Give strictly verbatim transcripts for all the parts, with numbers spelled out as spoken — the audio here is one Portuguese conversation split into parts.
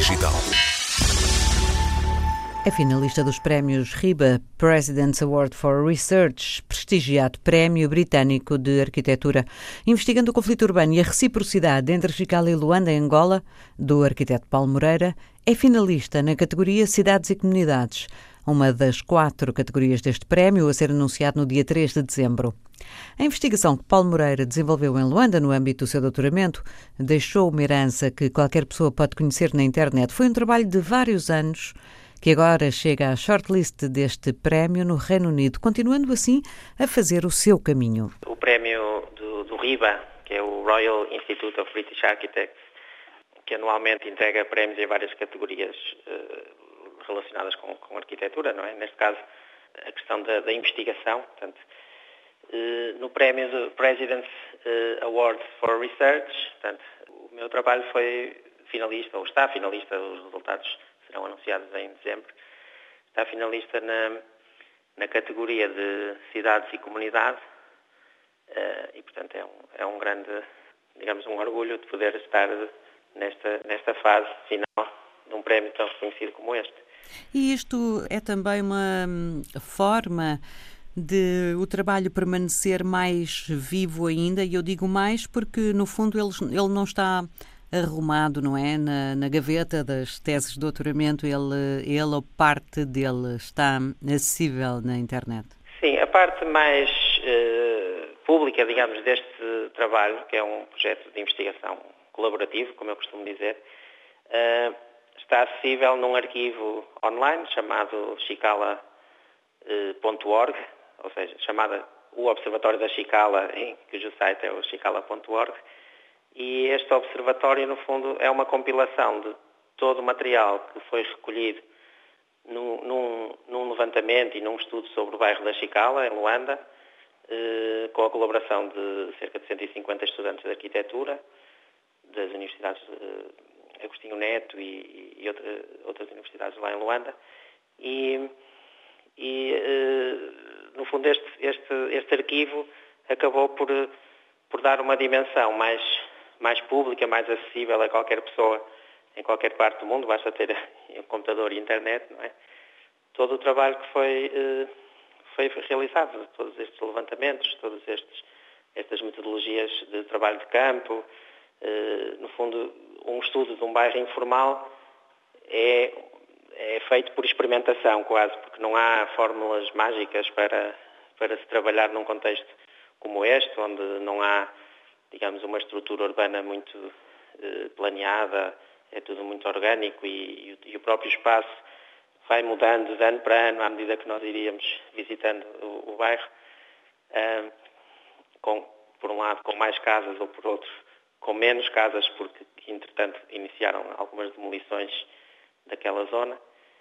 Digital. É finalista dos prémios RIBA President's Award for Research, prestigiado Prémio Britânico de Arquitetura, investigando o conflito urbano e a reciprocidade entre Chicala e Luanda, em Angola, do arquiteto Paulo Moreira. É finalista na categoria Cidades e Comunidades, uma das quatro categorias deste prémio, a ser anunciado no dia três de dezembro. A investigação que Paulo Moreira desenvolveu em Luanda, no âmbito do seu doutoramento, deixou uma herança que qualquer pessoa pode conhecer na internet. Foi um trabalho de vários anos, que agora chega à shortlist deste prémio no Reino Unido, continuando assim a fazer o seu caminho. O prémio do, do RIBA, que é o Royal Institute of British Architects, que anualmente entrega prémios em várias categorias uh, relacionadas com, com arquitetura, não é? Neste caso, a questão da, da investigação. Portanto, uh, no prémio do President's uh, Award for Research, portanto, o meu trabalho foi finalista, ou está finalista, os resultados serão anunciados em dezembro, está finalista na, na categoria de cidades e comunidade uh, e, portanto, é um, é um grande, digamos, um orgulho de poder estar nesta, nesta fase final de um prémio tão reconhecido como este. E isto é também uma forma de o trabalho permanecer mais vivo ainda, e eu digo mais porque, no fundo, ele, ele não está arrumado, não é? Na, na gaveta das teses de doutoramento, ele, ele ou parte dele está acessível na internet? Sim, a parte mais uh, pública, digamos, deste trabalho, que é um projeto de investigação colaborativo, como eu costumo dizer, uh, está acessível num arquivo online chamado chicala ponto org, ou seja, chamada o Observatório da Chicala, em cujo site é o chicala ponto org. E este observatório, no fundo, é uma compilação de todo o material que foi recolhido num, num, num levantamento e num estudo sobre o bairro da Chicala, em Luanda, eh, com a colaboração de cerca de cento e cinquenta estudantes de arquitetura das universidades de Agostinho Neto e, e outra, outras universidades lá em Luanda. E, e eh, no fundo, este, este, este arquivo acabou por, por dar uma dimensão mais mais pública, mais acessível a qualquer pessoa em qualquer parte do mundo, basta ter um computador e internet, não é? Todo o trabalho que foi, foi realizado, todos estes levantamentos, todas estes, estas metodologias de trabalho de campo, no fundo, um estudo de um bairro informal é, é feito por experimentação quase, porque não há fórmulas mágicas para, para se trabalhar num contexto como este, onde não há, digamos, uma estrutura urbana muito eh, planeada, é tudo muito orgânico e, e, e o próprio espaço vai mudando de ano para ano à medida que nós iríamos visitando o, o bairro, ah, com, por um lado com mais casas ou por outro com menos casas, porque entretanto iniciaram algumas demolições daquela zona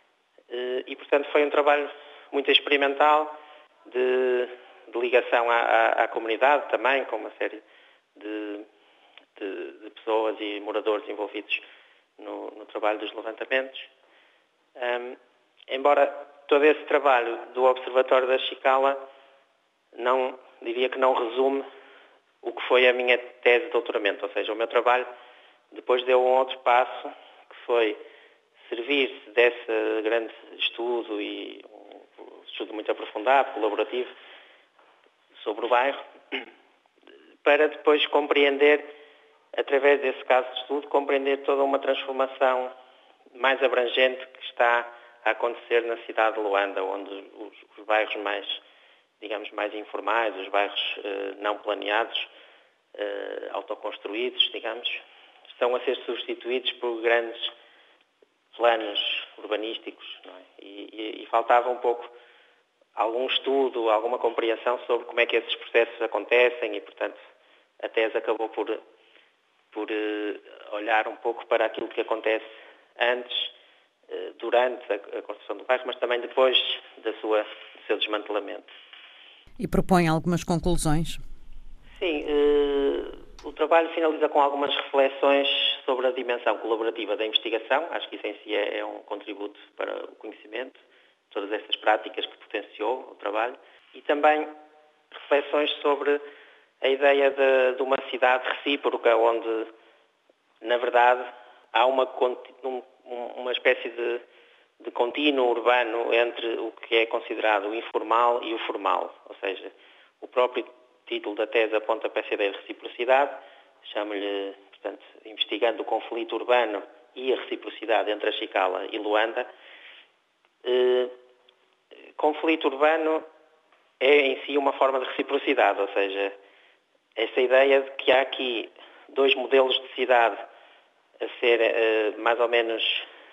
eh, e portanto foi um trabalho muito experimental de, de ligação à, à, à comunidade também, com uma série De, de, de pessoas e moradores envolvidos no, no trabalho dos levantamentos. Um, embora todo esse trabalho do Observatório da Chicala não, diria que não resume o que foi a minha tese de doutoramento, ou seja, o meu trabalho depois deu um outro passo, que foi servir-se desse grande estudo e um estudo muito aprofundado, colaborativo, sobre o bairro, para depois compreender, através desse caso de estudo, compreender toda uma transformação mais abrangente que está a acontecer na cidade de Luanda, onde os, os bairros mais, digamos, mais informais, os bairros eh, não planeados, eh, autoconstruídos, digamos, estão a ser substituídos por grandes planos urbanísticos, não é? e, e, e faltava um pouco algum estudo, alguma compreensão sobre como é que esses processos acontecem e, portanto, a tese acabou por, por uh, olhar um pouco para aquilo que acontece antes, uh, durante a, a construção do bairro, mas também depois da sua, do seu desmantelamento. E propõe algumas conclusões? Sim, uh, o trabalho finaliza com algumas reflexões sobre a dimensão colaborativa da investigação. Acho que isso em si é, é um contributo para o conhecimento, todas estas práticas que potenciou o trabalho, e também reflexões sobre a ideia de, de uma cidade recíproca, onde, na verdade, há uma, uma espécie de, de contínuo urbano entre o que é considerado o informal e o formal. Ou seja, o próprio título da tese aponta para essa ideia de reciprocidade, chamo-lhe, portanto, investigando o conflito urbano e a reciprocidade entre a Chicala e Luanda. Eh, conflito urbano é em si uma forma de reciprocidade, ou seja, essa ideia de que há aqui dois modelos de cidade a serem uh, mais ou menos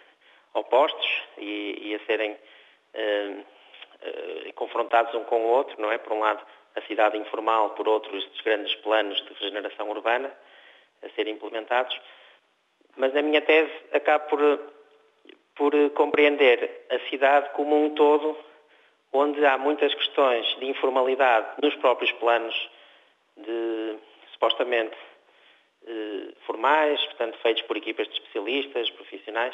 opostos e, e a serem uh, uh, confrontados um com o outro, não é? Por um lado, a cidade informal, por outro, estes grandes planos de regeneração urbana a serem implementados. Mas a minha tese acaba por, por compreender a cidade como um todo, onde há muitas questões de informalidade nos próprios planos de, supostamente, eh, formais, portanto, feitos por equipas de especialistas, profissionais.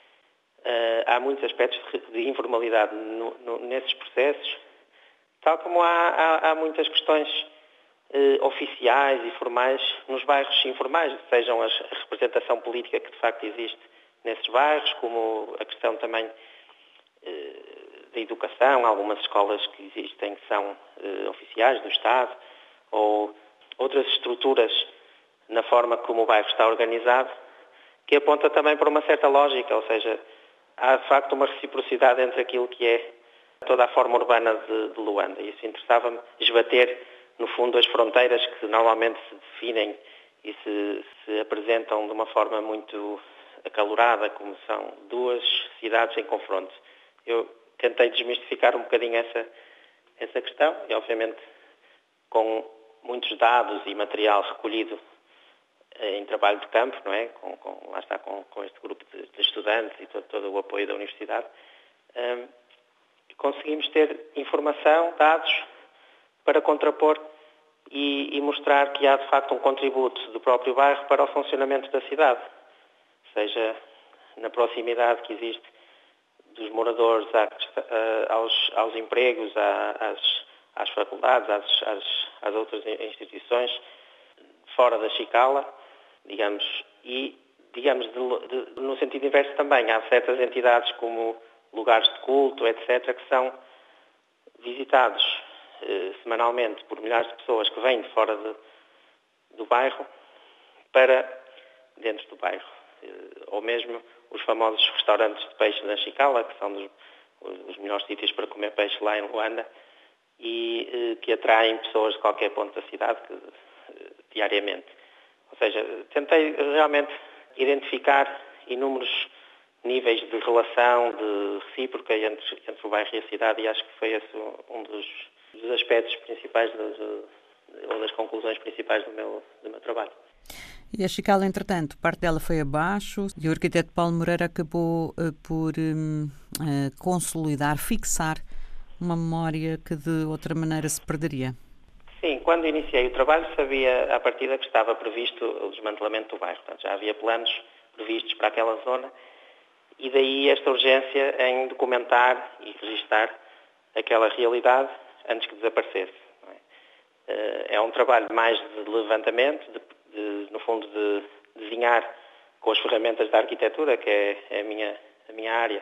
Uh, há muitos aspectos de, de informalidade no, no, nesses processos, tal como há, há, há muitas questões eh, oficiais e formais nos bairros informais, sejam as, a representação política que de facto existe nesses bairros, como a questão também eh, da educação, algumas escolas que existem que são eh, oficiais do Estado, ou outras estruturas na forma como o bairro está organizado, que aponta também para uma certa lógica, ou seja, há de facto uma reciprocidade entre aquilo que é toda a forma urbana de, de Luanda. E isso interessava-me esbater, no fundo, as fronteiras que normalmente se definem e se, se apresentam de uma forma muito acalorada, como são duas cidades em confronto. Eu tentei desmistificar um bocadinho essa, essa questão e, obviamente, com muitos dados e material recolhido em trabalho de campo, não é? Com, com, lá está, com, com este grupo de, de estudantes e todo, todo o apoio da Universidade, um, conseguimos ter informação, dados, para contrapor e, e mostrar que há, de facto, um contributo do próprio bairro para o funcionamento da cidade, seja na proximidade que existe dos moradores aos, aos empregos, às, às faculdades, às, às, às outras instituições, fora da Chicala, digamos, e, digamos, de, de, no sentido inverso também, há certas entidades como lugares de culto, etcétera, que são visitados eh, semanalmente por milhares de pessoas que vêm de fora de, do bairro para dentro do bairro. Eh, ou mesmo os famosos restaurantes de peixe da Chicala, que são dos, os melhores sítios para comer peixe lá em Luanda, e eh, que atraem pessoas de qualquer ponto da cidade que, eh, diariamente. Ou seja, tentei realmente identificar inúmeros níveis de relação, de recíproca entre, entre o bairro e a cidade, e acho que foi esse um dos, dos aspectos principais das, ou das conclusões principais do meu, do meu trabalho. E a Chicala, entretanto, parte dela foi abaixo e o arquiteto Paulo Moreira acabou uh, por um, uh, consolidar, fixar uma memória que de outra maneira se perderia. Sim, quando iniciei o trabalho sabia à partida que estava previsto o desmantelamento do bairro. Portanto, já havia planos previstos para aquela zona e daí esta urgência em documentar e registar aquela realidade antes que desaparecesse. Não é? É um trabalho mais de levantamento, de, de, no fundo de desenhar com as ferramentas da arquitetura, que é, é a, minha, a minha área,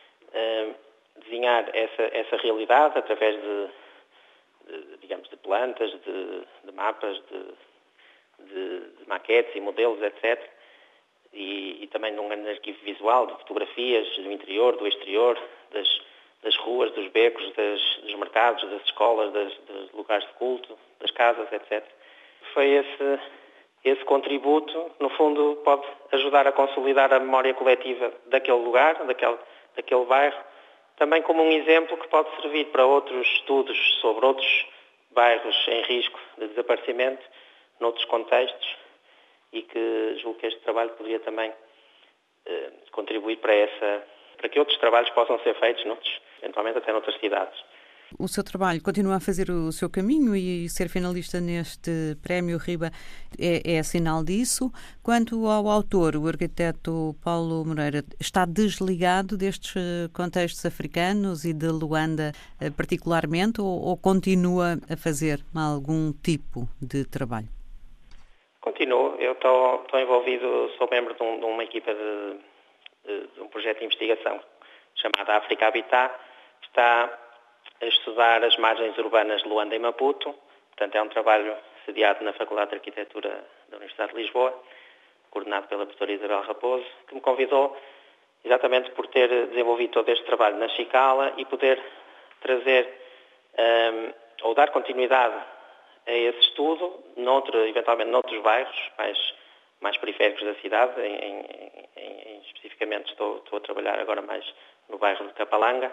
desenhar essa, essa realidade através de De, digamos, de plantas, de, de mapas, de, de, de maquetes e modelos, etcétera. E, e também num grande arquivo visual de fotografias do interior, do exterior, das, das ruas, dos becos, das, dos mercados, das escolas, das, dos lugares de culto, das casas, etcétera. Foi esse, esse contributo, no fundo, pode ajudar a consolidar a memória coletiva daquele lugar, daquele, daquele bairro, também como um exemplo que pode servir para outros estudos sobre outros bairros em risco de desaparecimento, noutros contextos, e que julgo que este trabalho poderia também eh, contribuir para, essa, para que outros trabalhos possam ser feitos, noutros, eventualmente até noutras cidades. O seu trabalho continua a fazer o seu caminho e ser finalista neste Prémio RIBA é, é sinal disso. Quanto ao autor, o arquiteto Paulo Moreira, está desligado destes contextos africanos e de Luanda particularmente ou, ou continua a fazer algum tipo de trabalho? Continuo. Eu estou envolvido, sou membro de, um, de uma equipa de, de um projeto de investigação chamado África Habitat, que está a estudar as margens urbanas de Luanda e Maputo. Portanto, é um trabalho sediado na Faculdade de Arquitetura da Universidade de Lisboa, coordenado pela professora Isabel Raposo, que me convidou exatamente por ter desenvolvido todo este trabalho na Chicala e poder trazer um, ou dar continuidade a esse estudo, noutro, eventualmente noutros bairros mais, mais periféricos da cidade. Em, em, em, especificamente estou, estou a trabalhar agora mais no bairro de Capalanga,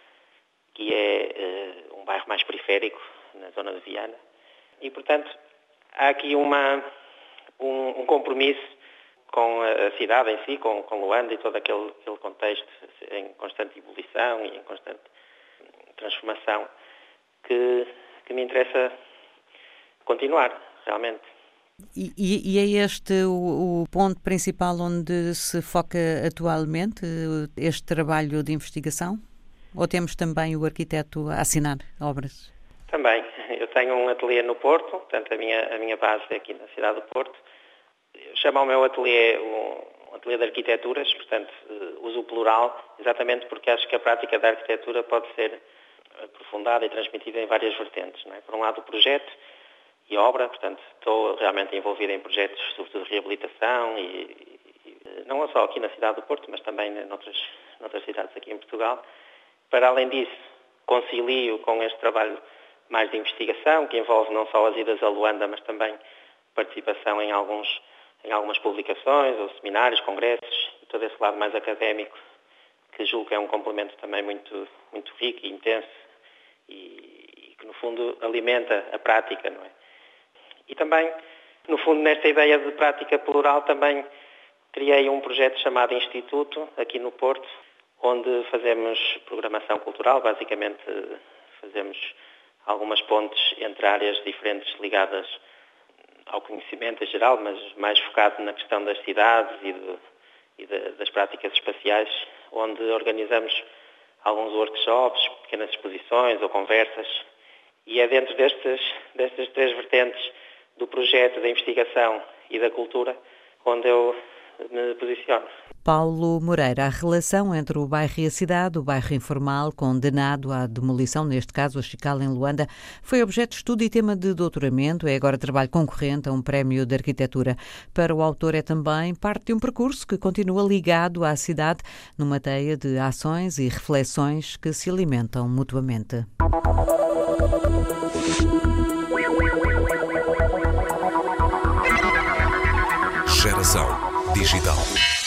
que é uh, um bairro mais periférico, na zona de Viana. E, portanto, há aqui uma, um, um compromisso com a cidade em si, com, com Luanda e todo aquele, aquele contexto em constante ebulição e em constante transformação, que, que me interessa continuar, realmente. E, e é este o, o ponto principal onde se foca atualmente este trabalho de investigação? Ou temos também o arquiteto a assinar obras? Também. Eu tenho um ateliê no Porto, portanto a minha, a minha base é aqui na cidade do Porto. Eu chamo o meu ateliê um, um ateliê de arquiteturas, portanto uso o plural, exatamente porque acho que a prática da arquitetura pode ser aprofundada e transmitida em várias vertentes. Não é? Por um lado o projeto e obra, portanto estou realmente envolvido em projetos sobretudo de reabilitação e, e não só aqui na cidade do Porto, mas também noutras, noutras cidades aqui em Portugal. Para além disso, concilio com este trabalho mais de investigação, que envolve não só as idas a Luanda, mas também participação em, alguns, em algumas publicações, ou seminários, congressos, e todo esse lado mais académico, que julgo que é um complemento também muito, muito rico e intenso, e, e que no fundo alimenta a prática, não é? E também, no fundo, nesta ideia de prática plural, também criei um projeto chamado Instituto, aqui no Porto, onde fazemos programação cultural, basicamente fazemos algumas pontes entre áreas diferentes ligadas ao conhecimento em geral, mas mais focado na questão das cidades e, de, e de, das práticas espaciais, onde organizamos alguns workshops, pequenas exposições ou conversas, e é dentro destes, destas três vertentes do projeto, da investigação e da cultura, onde eu me posiciono. Paulo Moreira, a relação entre o bairro e a cidade, o bairro informal condenado à demolição, neste caso a Chicala em Luanda, foi objeto de estudo e tema de doutoramento, é agora trabalho concorrente a um prémio de arquitetura. Para o autor é também parte de um percurso que continua ligado à cidade, numa teia de ações e reflexões que se alimentam mutuamente. Geração Digital.